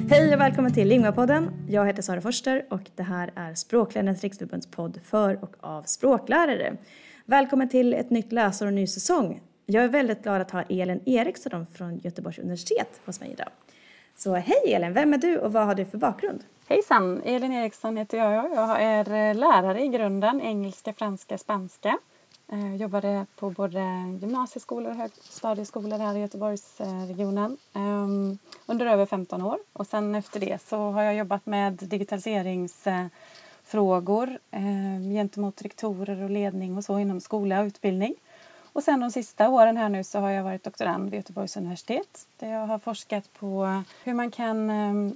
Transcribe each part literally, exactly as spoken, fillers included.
Hej och välkommen till Lingvapodden. Jag heter Sara Forster och det här är Språklärarnas riksförbunds podd för och av språklärare. Välkommen till ett nytt läsår och ny säsong. Jag är väldigt glad att ha Elin Eriksson från Göteborgs universitet hos mig idag. Så hej Elin, vem är du och vad har du för bakgrund? Hejsan, Elin Eriksson heter jag. Jag är lärare i grunden, engelska, franska, spanska. Jag jobbade på både gymnasieskolor och högstadieskolor här i Göteborgsregionen under över femton år. Och sen efter det så har jag jobbat med digitaliseringsfrågor gentemot rektorer och ledning och så inom skola och utbildning. Och sen de sista åren här nu så har jag varit doktorand vid Göteborgs universitet. Där jag har forskat på hur man kan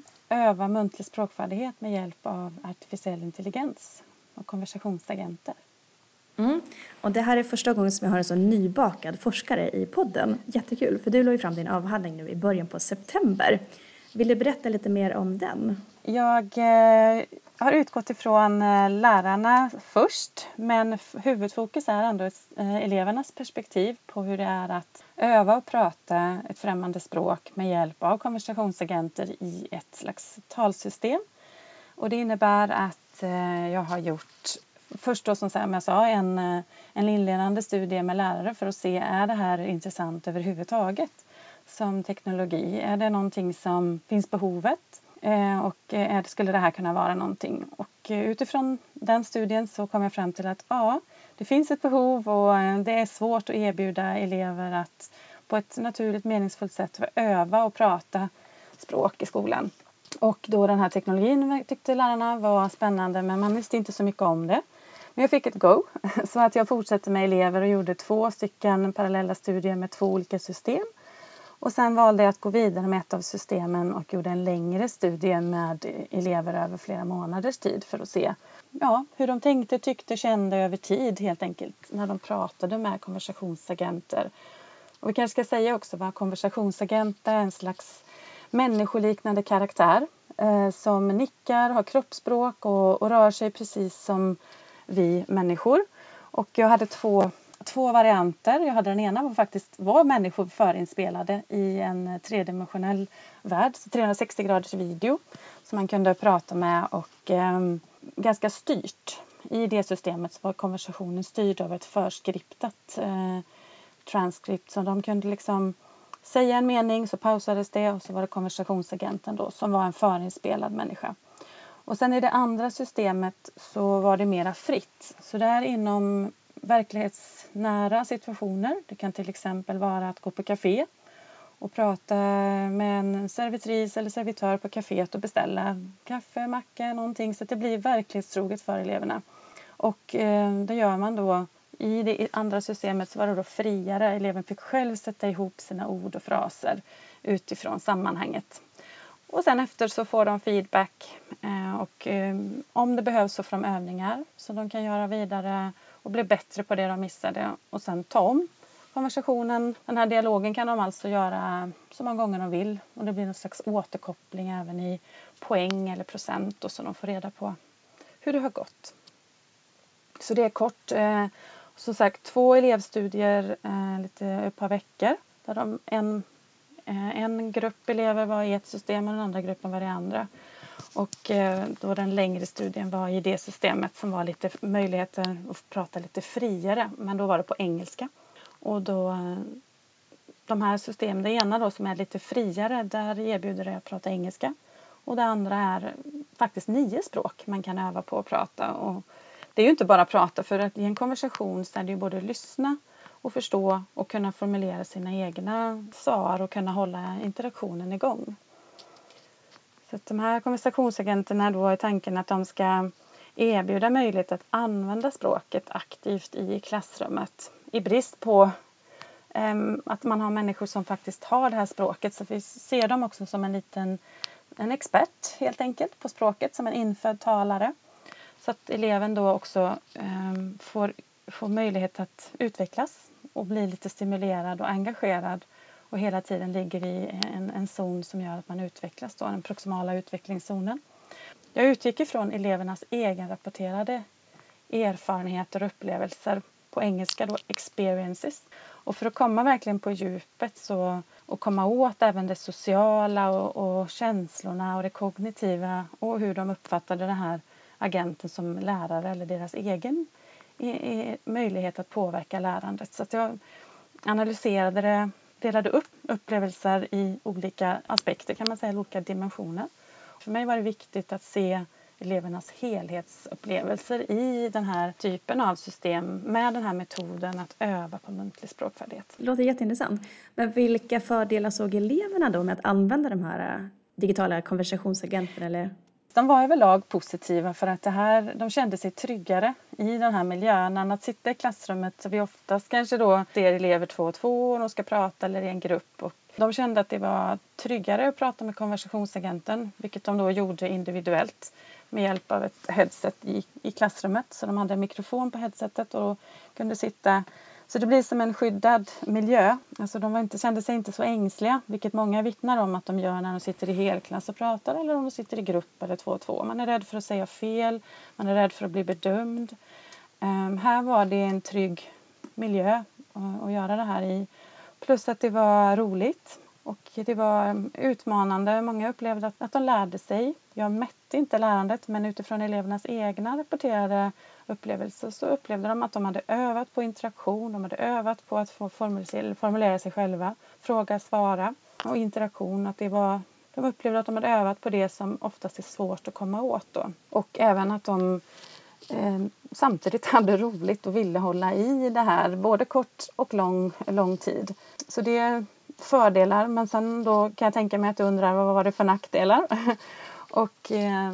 öva muntlig språkfärdighet med hjälp av artificiell intelligens och konversationsagenter. Mm. Och det här är första gången som jag har en så nybakad forskare i podden. Jättekul, för du la ju fram din avhandling nu i början på september. Vill du berätta lite mer om den? Jag eh, har utgått ifrån eh, lärarna först, men huvudfokus är ändå eh, elevernas perspektiv på hur det är att öva och prata ett främmande språk med hjälp av konversationsagenter i ett slags talsystem. Och det innebär att eh, jag har gjort först då som jag sa en, en inledande studie med lärare för att se är det här intressant överhuvudtaget som teknologi. Är det någonting som finns behovet eh, och är, skulle det här kunna vara någonting? Och utifrån den studien så kom jag fram till att ja, det finns ett behov och det är svårt att erbjuda elever att på ett naturligt meningsfullt sätt öva och prata språk i skolan. Och då den här teknologin tyckte lärarna var spännande men man visste inte så mycket om det. Men jag fick ett go så att jag fortsatte med elever och gjorde två stycken parallella studier med två olika system. Och sen valde jag att gå vidare med ett av systemen och gjorde en längre studie med elever över flera månaders tid för att se ja, hur de tänkte, tyckte, kände över tid helt enkelt när de pratade med konversationsagenter. Och vi kanske ska säga också vad konversationsagenter är en slags människoliknande karaktär eh, som nickar, har kroppsspråk och, och rör sig precis som vi människor. Och jag hade två, två varianter. Jag hade den ena var faktiskt var människor förinspelade i en tredimensionell värld, så trehundrasextio graders video som man kunde prata med och eh, ganska styrt. I det systemet så var konversationen styrd av ett förskriptat eh, transkript så de kunde liksom säga en mening så pausades det och så var det konversationsagenten då som var en förinspelad människa. Och sen i det andra systemet så var det mera fritt. Så där inom verklighetsnära situationer. Det kan till exempel vara att gå på café och prata med en servitris eller servitör på caféet och beställa kaffe, macka, någonting. Så att det blir verklighetstroget för eleverna. Och eh, det gör man då. I det andra systemet så var det då friare. Eleven fick själv sätta ihop sina ord och fraser utifrån sammanhanget. Och sen efter så får de feedback och om det behövs så får de övningar så de kan göra vidare och bli bättre på det de missade. Och sen ta om konversationen. Den här dialogen kan de alltså göra så många gånger de vill. Och det blir någon slags återkoppling även i poäng eller procent och så de får reda på hur det har gått. Så det är kort. Som sagt två elevstudier lite ett par veckor där de en En grupp elever var i ett system och den andra gruppen var i det andra. Och då den längre studien var i det systemet som var lite möjligheten att prata lite friare. Men då var det på engelska. Och då de här systemen, det ena då som är lite friare, där erbjuder det att prata engelska. Och det andra är faktiskt nio språk man kan öva på att prata. Och det är ju inte bara prata, för att i en konversation så är det ju både lyssna och förstå och kunna formulera sina egna svar och kunna hålla interaktionen igång. Så att de här konversationsagenterna då är tanken att de ska erbjuda möjlighet att använda språket aktivt i klassrummet. I brist på um, att man har människor som faktiskt har det här språket, så vi ser dem också som en liten en expert helt enkelt på språket, som en infödd talare. Så att eleven då också um, får, får möjlighet att utvecklas och bli lite stimulerad och engagerad och hela tiden ligger i en, en zon som gör att man utvecklas då, den proximala utvecklingszonen. Jag utgick ifrån elevernas egenrapporterade erfarenheter och upplevelser på engelska då experiences. Och för att komma verkligen på djupet så, och komma åt även det sociala och, och känslorna och det kognitiva och hur de uppfattade den här agenten som lärare eller deras egen i, i, möjlighet att påverka lärandet. Så att jag analyserade det, delade upp upplevelser i olika aspekter kan man säga, olika dimensioner. För mig var det viktigt att se elevernas helhetsupplevelser i den här typen av system med den här metoden att öva på muntlig språkfärdighet. Det låter jätteintressant. Men vilka fördelar såg eleverna då med att använda de här digitala konversationsagenterna? Eller? De var överlag positiva för att det här, de kände sig tryggare i den här miljön än att sitta i klassrummet så vi oftast kanske då ser elever två och två och de ska prata eller i en grupp. Och de kände att det var tryggare att prata med konversationsagenten, vilket de då gjorde individuellt med hjälp av ett headset i, i klassrummet. Så de hade en mikrofon på headsetet och kunde sitta. Så det blir som en skyddad miljö. Alltså de var inte, kände sig inte så ängsliga, vilket många vittnar om att de gör när de sitter i helklass och pratar eller om de sitter i grupp eller två och två. Man är rädd för att säga fel, man är rädd för att bli bedömd. Um, här var det en trygg miljö att, att göra det här i. Plus att det var roligt. Och det var utmanande. Många upplevde att, att de lärde sig. Jag mätte inte lärandet, men utifrån elevernas egna rapporterade upplevelser så upplevde de att de hade övat på interaktion. De hade övat på att få formulera, formulera sig själva, fråga, svara och interaktion. Att det var, de upplevde att de hade övat på det som oftast är svårt att komma åt då. Och även att de eh, samtidigt hade roligt och ville hålla i det här både kort och lång, lång tid. Så det fördelar, men sen då kan jag tänka mig att du undrar vad var det för nackdelar. Och eh,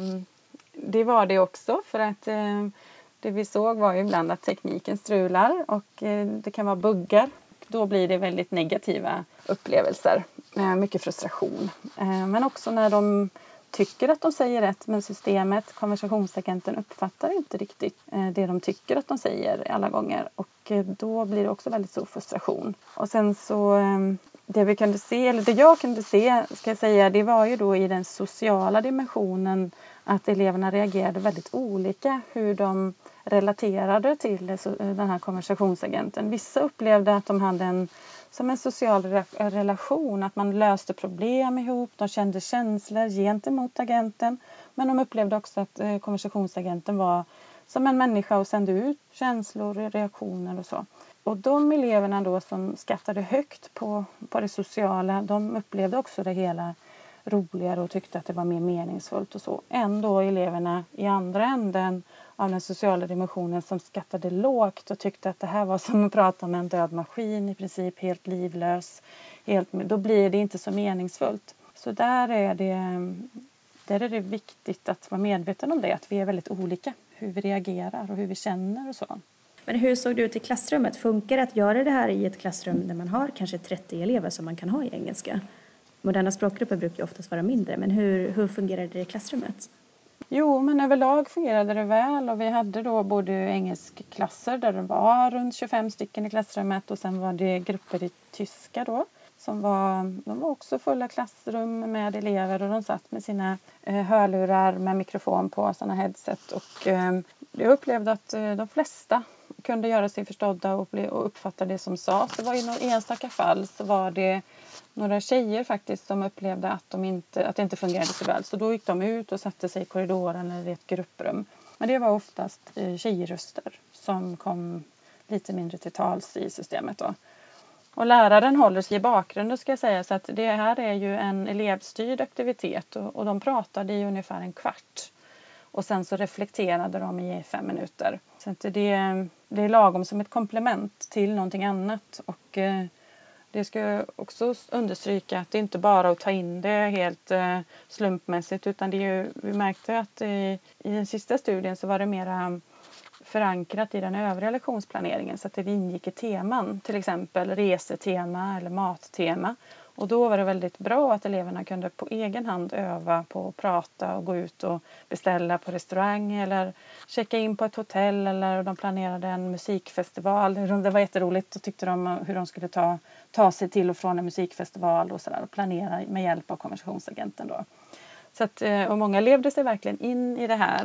det var det också för att eh, det vi såg var ju ibland att tekniken strular och eh, det kan vara buggar. Då blir det väldigt negativa upplevelser, eh, mycket frustration. Eh, men också när de tycker att de säger rätt men systemet, konversationsagenten uppfattar inte riktigt eh, det de tycker att de säger alla gånger. Och eh, då blir det också väldigt stor frustration. Och sen så eh, det vi kunde se, eller det jag kunde se ska jag säga, det var ju då i den sociala dimensionen att eleverna reagerade väldigt olika hur de relaterade till den här konversationsagenten. Vissa upplevde att de hade en, som en social relation, att man löste problem ihop, de kände känslor gentemot agenten. Men de upplevde också att konversationsagenten var som en människa och sände ut känslor, reaktioner och så. Och de eleverna då som skattade högt på, på det sociala, de upplevde också det hela roligare och tyckte att det var mer meningsfullt och så. Ändå eleverna i andra änden av den sociala dimensionen som skattade lågt och tyckte att det här var som att prata med en död maskin, i princip helt livlös. Helt, då blir det inte så meningsfullt. Så där är det, där är det viktigt att vara medveten om det, att vi är väldigt olika, hur vi reagerar och hur vi känner och så. Men hur såg det ut i klassrummet? Funkar det att göra det här i ett klassrum där man har kanske trettio elever som man kan ha i engelska? Moderna språkgrupper brukar ju oftast vara mindre, men hur, hur fungerar det i klassrummet? Jo, men överlag fungerade det väl och vi hade då både engelskklasser där det var runt tjugofem stycken i klassrummet och sen var det grupper i tyska då. Som var, de var också fulla klassrum med elever och de satt med sina eh, hörlurar med mikrofon på, sådana headset. Och eh, jag upplevde att eh, de flesta kunde göra sig förstådda och, bli, och uppfatta det som sades. Det var i några enstaka fall så var det några tjejer faktiskt som upplevde att, de inte, att det inte fungerade så väl. Så då gick de ut och satte sig i korridoren eller i ett grupprum. Men det var oftast eh, tjejröster som kom lite mindre till tals i systemet då. Och läraren håller sig i bakgrunden ska jag säga, så att det här är ju en elevstyrd aktivitet och, och de pratade i ungefär en kvart. Och sen så reflekterade de i fem minuter. Så att det, det är lagom som ett komplement till någonting annat. Och eh, det ska jag också understryka att det inte bara att ta in det helt eh, slumpmässigt, utan det är ju, vi märkte att i, i den sista studien så var det mera förankrat i den övriga lektionsplaneringen så att det ingick i teman, till exempel resetema eller mattema. Och då var det väldigt bra att eleverna kunde på egen hand öva på att prata och gå ut och beställa på restaurang eller checka in på ett hotell, eller de planerade en musikfestival. Det var jätteroligt och tyckte de hur de skulle ta, ta sig till och från en musikfestival och, så där, och planera med hjälp av konversationsagenten då. Så att, och många levde sig verkligen in i det här.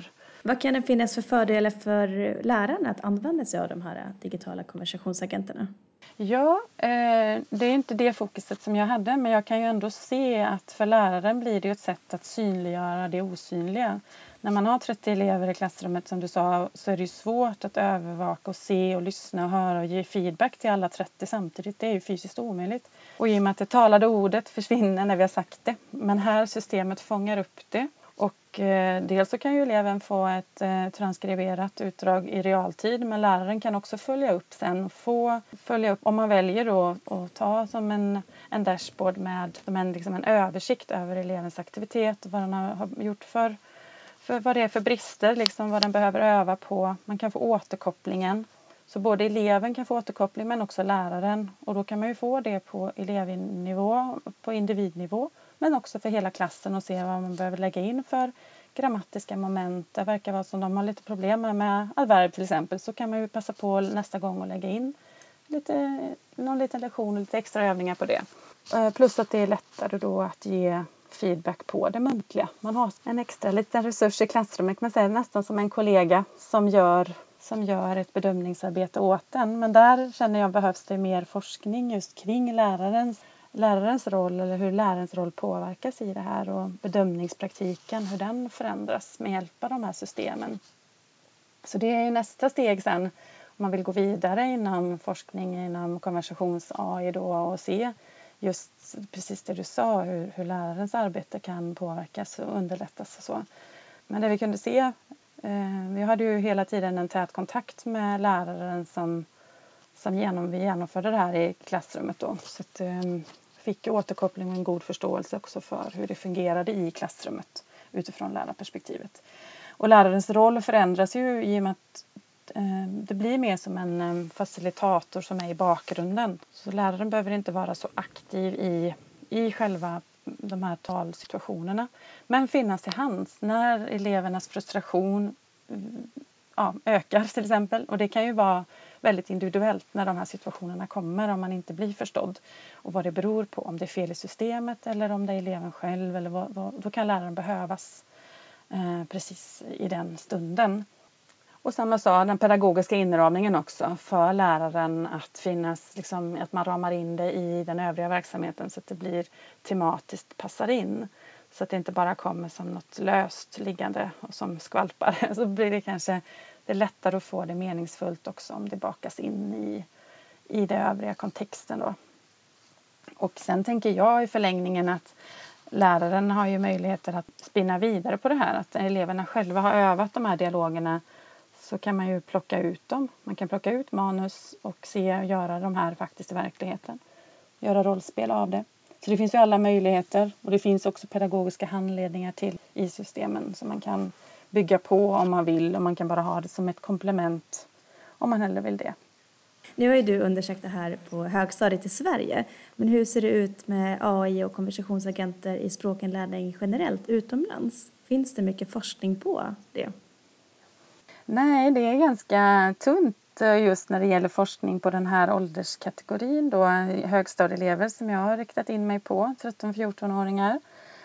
Vad kan det finnas för fördelar för lärarna att använda sig av de här digitala konversationsagenterna? Ja, eh, det är inte det fokuset som jag hade, men jag kan ju ändå se att för läraren blir det ett sätt att synliggöra det osynliga. När man har trettio elever i klassrummet som du sa, så är det ju svårt att övervaka och se och lyssna och höra och ge feedback till alla trettio samtidigt. Det är ju fysiskt omöjligt. Och i och med att det talade ordet försvinner när vi har sagt det. Men här systemet fångar upp det. Och eh, dels så kan ju eleven få ett eh, transkriberat utdrag i realtid, men läraren kan också följa upp sen. Få följa upp om man väljer då att ta som en, en dashboard med som en, liksom en översikt över elevens aktivitet, vad den har gjort för, för vad det är för brister, liksom vad den behöver öva på. Man kan få återkopplingen. Så både eleven kan få återkoppling men också läraren. Och då kan man ju få det på elevnivå, på individnivå. Men också för hela klassen och se vad man behöver lägga in för grammatiska moment. Det verkar vara som de har lite problem med, med adverb till exempel. Så kan man ju passa på nästa gång och lägga in lite, någon liten lektion och lite extra övningar på det. Plus att det är lättare då att ge feedback på det muntliga. Man har en extra liten resurs i klassrummet. Man säger nästan som en kollega som gör, som gör ett bedömningsarbete åt den. Men där känner jag behövs det mer forskning just kring lärarens lärarens roll eller hur lärarens roll påverkas i det här och bedömningspraktiken, hur den förändras med hjälp av de här systemen. Så det är ju nästa steg sen om man vill gå vidare inom forskning, inom konversations-A I då och se just precis det du sa, hur, hur lärarens arbete kan påverkas och underlättas och så. Men det vi kunde se, eh, vi hade ju hela tiden en tät kontakt med läraren som, som genom, vi genomförde det här i klassrummet då. Så att, eh, fick återkoppling och en god förståelse också för hur det fungerade i klassrummet utifrån lärarperspektivet. Och lärarens roll förändras ju i och med att eh, det blir mer som en eh, facilitator som är i bakgrunden. Så läraren behöver inte vara så aktiv i, i själva de här talsituationerna. Men finnas till hands när elevernas frustration ja, ökar till exempel. Och det kan ju vara väldigt individuellt när de här situationerna kommer om man inte blir förstådd. Och vad det beror på, om det är fel i systemet eller om det är eleven själv. Eller vad, vad, då kan läraren behövas eh, precis i den stunden. Och samma sak, den pedagogiska inramningen också för läraren att finnas, liksom, att man ramar in det i den övriga verksamheten så att det blir tematiskt passar in. Så att det inte bara kommer som något löst liggande och som skvalpar. Så blir det kanske det är lättare att få det meningsfullt också om det bakas in i, i den övriga kontexten då. Och sen tänker jag i förlängningen att läraren har ju möjligheter att spinna vidare på det här. Att eleverna själva har övat de här dialogerna så kan man ju plocka ut dem. Man kan plocka ut manus och se och göra de här faktiskt i verkligheten. Göra rollspel av det. Så det finns ju alla möjligheter och det finns också pedagogiska handledningar till i systemen som man kan bygga på om man vill och man kan bara ha det som ett komplement om man hellre vill det. Nu har ju du undersökt det här på högstadiet i Sverige, men hur ser det ut med A I och konversationsagenter i språkinlärning generellt utomlands? Finns det mycket forskning på det? Nej, det är ganska tunt just när det gäller forskning på den här ålderskategorin då, högstadieelever som jag har riktat in mig på, tretton fjorton-åringar.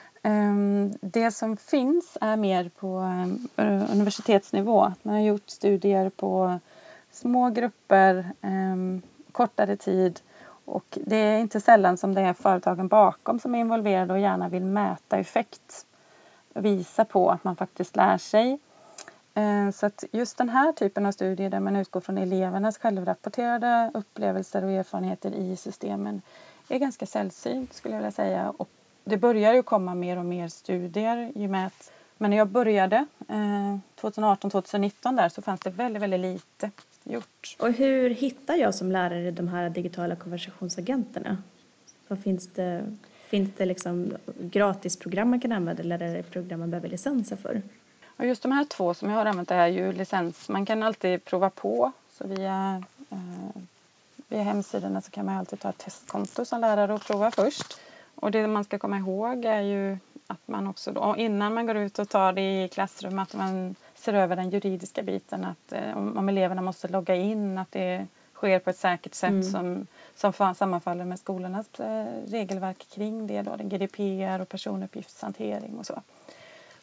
Det som finns är mer på universitetsnivå. Man har gjort studier på små grupper, kortare tid och det är inte sällan som det är företagen bakom som är involverade och gärna vill mäta effekt och visa på att man faktiskt lär sig. Så att just den här typen av studier där man utgår från elevernas självrapporterade upplevelser och erfarenheter i systemen är ganska sällsynt skulle jag vilja säga. Och det börjar ju komma mer och mer studier i och med att, men när jag började eh, tjugoarton tjugonitton där så fanns det väldigt, väldigt lite gjort. Och hur hittar jag som lärare de här digitala konversationsagenterna? Vad finns det, finns det liksom gratisprogram man kan använda eller är det program man behöver licenser för? Och just de här två som jag har använt är ju licens. Man kan alltid prova på. Så via, eh, via hemsidorna så kan man alltid ta ett testkonto som lärare och prova först. Och det man ska komma ihåg är ju att man också då, innan man går ut och tar det i klassrummet, att man ser över den juridiska biten. Att eh, om, om eleverna måste logga in, att det sker på ett säkert sätt mm. som, som sammanfaller med skolornas eh, regelverk kring det. Då, den G D P R och personuppgiftshantering och så.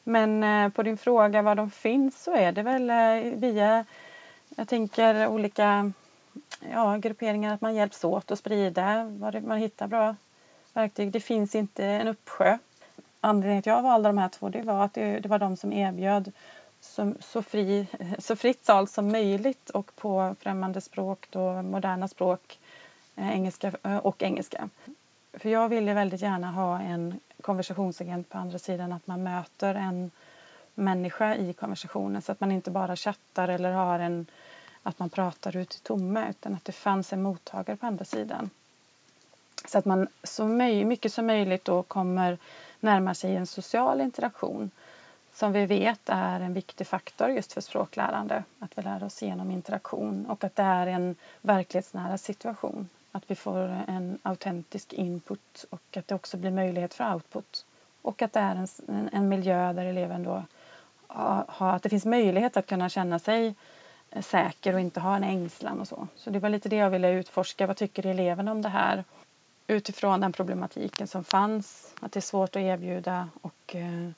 Men eh, på din fråga var de finns så är det väl eh, via, jag tänker olika ja, grupperingar, att man hjälps åt att sprida, vad det, man hittar bra verktyg. Det finns inte en uppsjö. Anledningen till att jag valde de här två, det var att det, det var de som erbjöd så, så, fri, så fritt tal som möjligt och på främmande språk, då, moderna språk, eh, engelska och engelska. För jag ville väldigt gärna ha en konversationsagent på andra sidan, att man möter en människa i konversationen, så att man inte bara chattar eller har en, att man pratar ut i tomma, utan att det fanns en mottagare på andra sidan. Så att man så mycket som möjligt då kommer närma sig en social interaktion, som vi vet är en viktig faktor just för språklärande. Att vi lär oss genom interaktion och att det är en verklighetsnära situation. Att vi får en autentisk input och att det också blir möjlighet för output. Och att det är en, en miljö där eleven då har, att det finns möjlighet att kunna känna sig säker och inte ha en ängslan och så. Så det var lite det jag ville utforska. Vad tycker eleverna om det här? Utifrån den problematiken som fanns. Att det är svårt att erbjuda och,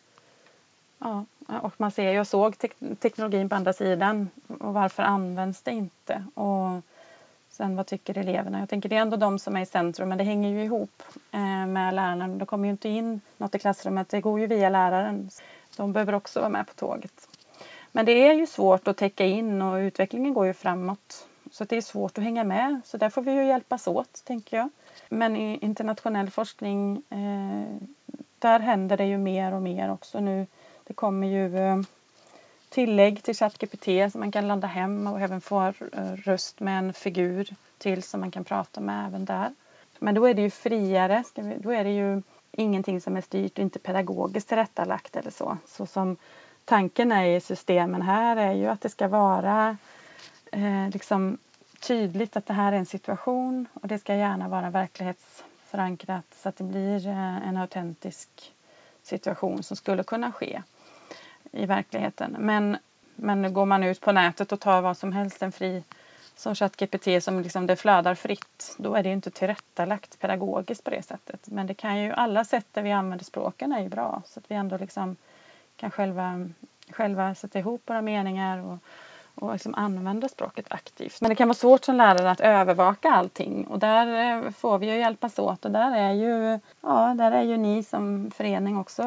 ja, och man ser, jag såg te- teknologin på andra sidan. Och varför används det inte? Och sen vad tycker eleverna? Jag tänker det är ändå de som är i centrum, men det hänger ju ihop med lärarna. De kommer ju inte in något i klassrummet, det går ju via läraren. De behöver också vara med på tåget. Men det är ju svårt att täcka in och utvecklingen går ju framåt. Så det är svårt att hänga med. Så där får vi ju hjälpas åt, tänker jag. Men i internationell forskning, eh, där händer det ju mer och mer också nu. Det kommer ju eh, tillägg till ChatGPT som man kan ladda hem och även få eh, röst med en figur till som man kan prata med även där. Men då är det ju friare, ska vi, då är det ju ingenting som är styrt och inte pedagogiskt tillrättalagt eller så. Så som tanken är i systemen här är ju att det ska vara eh, liksom tydligt att det här är en situation och det ska gärna vara verklighetsförankrat så att det blir eh, en autentisk situation som skulle kunna ske i verkligheten. Men, men går man ut på nätet och tar vad som helst, en fri som ChatGPT som liksom det flödar fritt, då är det ju inte tillrättalagt pedagogiskt på det sättet. Men det kan ju, alla sätt där vi använder språken är ju bra, så att vi ändå liksom kan själva, själva sätta ihop våra meningar och, och liksom använda språket aktivt. Men det kan vara svårt som lärare att övervaka allting, och där får vi ju hjälpas åt, och där är ju, ja, där är ju ni som förening också,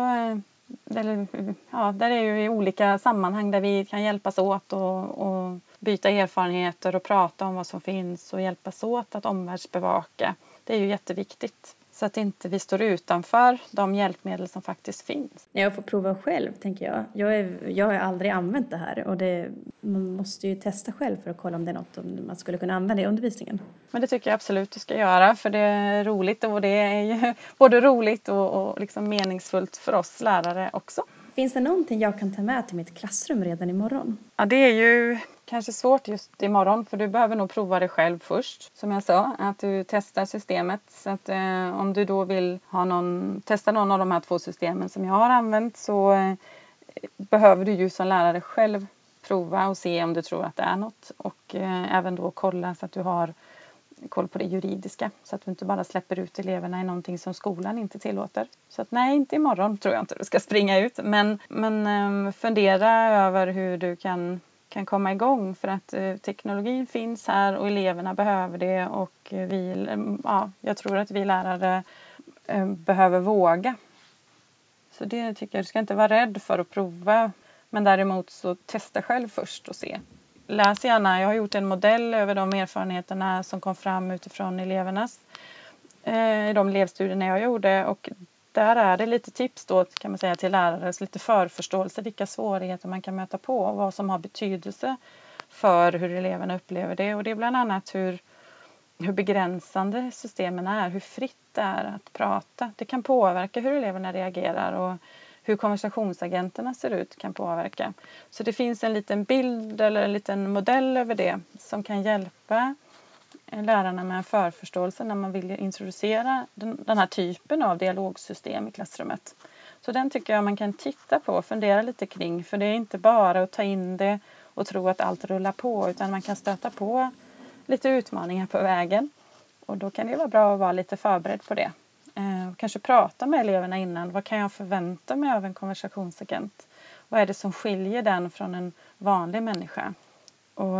eller, ja, där är ju i olika sammanhang där vi kan hjälpas åt och, och byta erfarenheter och prata om vad som finns och hjälpas åt att omvärldsbevaka. Det är ju jätteviktigt. Så att inte vi står utanför de hjälpmedel som faktiskt finns. Jag får prova själv, tänker jag. Jag, är, jag har aldrig använt det här. Och det, man måste ju testa själv för att kolla om det är något man skulle kunna använda i undervisningen. Men det tycker jag absolut du ska göra. För det är roligt, och det är ju både roligt och, och liksom meningsfullt för oss lärare också. Finns det någonting jag kan ta med till mitt klassrum redan imorgon? Ja, det är ju kanske svårt just imorgon, för du behöver nog prova det själv först. Som jag sa, att du testar systemet. Så att eh, om du då vill ha någon, testa någon av de här två systemen som jag har använt, så eh, behöver du ju som lärare själv prova och se om du tror att det är något. Och eh, även då kolla så att du har koll på det juridiska, så att du inte bara släpper ut eleverna i någonting som skolan inte tillåter. Så att nej, inte imorgon tror jag inte du ska springa ut, men, men um, fundera över hur du kan, kan komma igång, för att uh, teknologin finns här och eleverna behöver det, och uh, vi, um, ja, jag tror att vi lärare uh, behöver våga. Så det tycker jag, du ska inte vara rädd för att prova, men däremot så testa själv först och se. Läs gärna, jag har gjort en modell över de erfarenheterna som kom fram utifrån elevernas eh, i de elevstudierna jag gjorde, och där är det lite tips då, kan man säga, till lärare, lite förförståelse, vilka svårigheter man kan möta på och vad som har betydelse för hur eleverna upplever det, och det är bland annat hur, hur begränsande systemen är, hur fritt det är att prata. Det kan påverka hur eleverna reagerar, och hur konversationsagenterna ser ut kan påverka. Så det finns en liten bild eller en liten modell över det som kan hjälpa lärarna med en förförståelse när man vill introducera den, den här typen av dialogsystem i klassrummet. Så den tycker jag man kan titta på och fundera lite kring, för det är inte bara att ta in det och tro att allt rullar på, utan man kan stöta på lite utmaningar på vägen, och då kan det vara bra att vara lite förberedd på det. Eh, kanske prata med eleverna innan. Vad kan jag förvänta mig av en konversationsagent? vad är det som skiljer den från en vanlig människa? Och,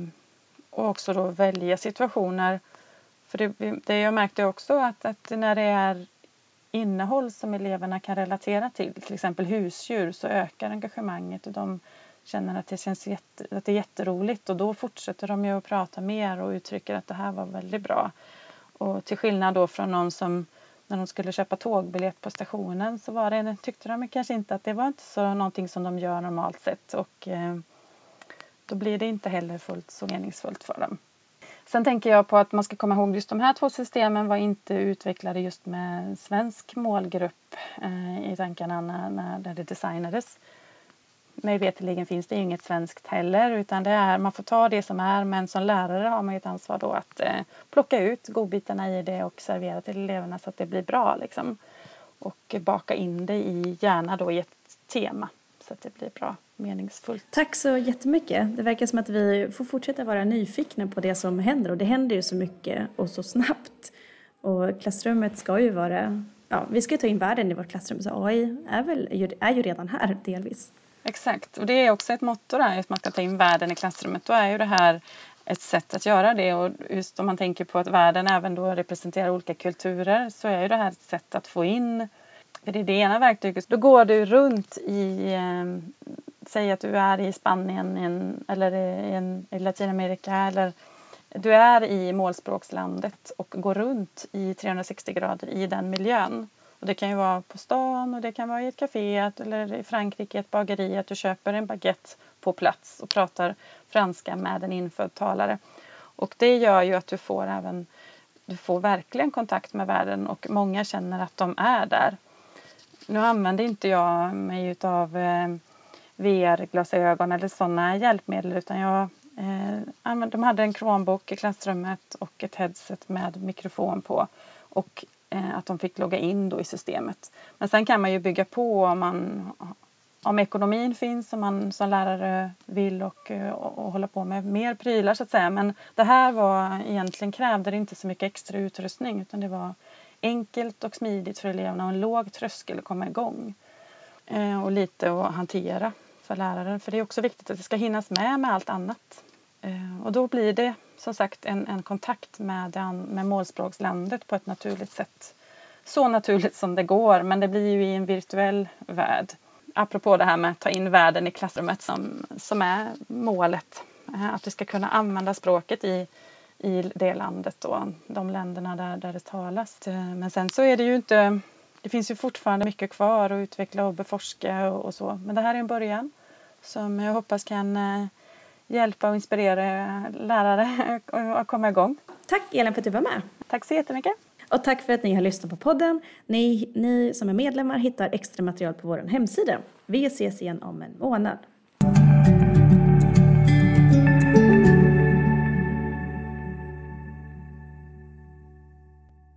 och också då välja situationer. För det, det jag märkte också att, att när det är innehåll som eleverna kan relatera till, till exempel husdjur, så ökar engagemanget och de känner att det känns jätte, att det är jätteroligt, och då fortsätter de ju att prata mer och uttrycker att det här var väldigt bra. Och till skillnad då från någon som när de skulle köpa tågbiljett på stationen, så var det, tyckte de kanske inte att det var inte så någonting som de gör normalt sett, och eh, då blir det inte heller fullt så meningsfullt för dem. Sen tänker jag på att man ska komma ihåg just de här två systemen var inte utvecklade just med svensk målgrupp eh, i tankarna när, när det designades. Mig veterligen finns det inget svenskt heller, utan det är, man får ta det som är, men som lärare har man ett ansvar då att eh, plocka ut godbitarna i det och servera till eleverna så att det blir bra liksom. Och baka in det i, gärna då i ett tema så att det blir bra, meningsfullt. Tack så jättemycket. Det verkar som att vi får fortsätta vara nyfikna på det som händer, och det händer ju så mycket och så snabbt. Och klassrummet ska ju vara, ja, vi ska ju ta in världen i vårt klassrum, så A I är, väl, är ju redan här delvis. Exakt, och det är också ett motto där, att man ska ta in världen i klassrummet. Då är ju det här ett sätt att göra det, och just om man tänker på att världen även då representerar olika kulturer, så är ju det här ett sätt att få in, för det är det ena verktyget. Då går du runt i, eh, säg att du är i Spanien in, eller i, en, i Latinamerika, eller du är i målspråkslandet och går runt i trehundrasextio grader i den miljön. Och det kan ju vara på stan, och det kan vara i ett café eller i Frankrike ett bageri, att du köper en baguette på plats och pratar franska med en infödd talare. Och det gör ju att du får även, du får verkligen kontakt med världen, och många känner att de är där. Nu använder inte jag mig av eh, V R-glasögon eller sådana hjälpmedel, utan jag eh, använde, de hade en Chromebook i klassrummet och ett headset med mikrofon på, och att de fick logga in då i systemet. Men sen kan man ju bygga på om, man, om ekonomin finns, om man som lärare vill och, och, och hålla på med mer prylar så att säga. Men det här var egentligen, krävde det inte så mycket extra utrustning, utan det var enkelt och smidigt för eleverna och en låg tröskel att komma igång. Eh, och lite att hantera för läraren. För det är också viktigt att det ska hinnas med med allt annat. Eh, och då blir det som sagt en, en kontakt med, med målspråkslandet på ett naturligt sätt. Så naturligt som det går, men det blir ju i en virtuell värld. Apropå det här med att ta in världen i klassrummet som, som är målet. Att vi ska kunna använda språket i, i det landet och de länderna där, där det talas. Men sen så är det ju inte, det finns ju fortfarande mycket kvar att utveckla och beforska och, och så. Men det här är en början som jag hoppas kan hjälpa och inspirera lärare att komma igång. Tack Elin för att du var med. Tack så jättemycket. Och tack för att ni har lyssnat på podden. Ni, ni som är medlemmar hittar extra material på vår hemsida. Vi ses igen om en månad.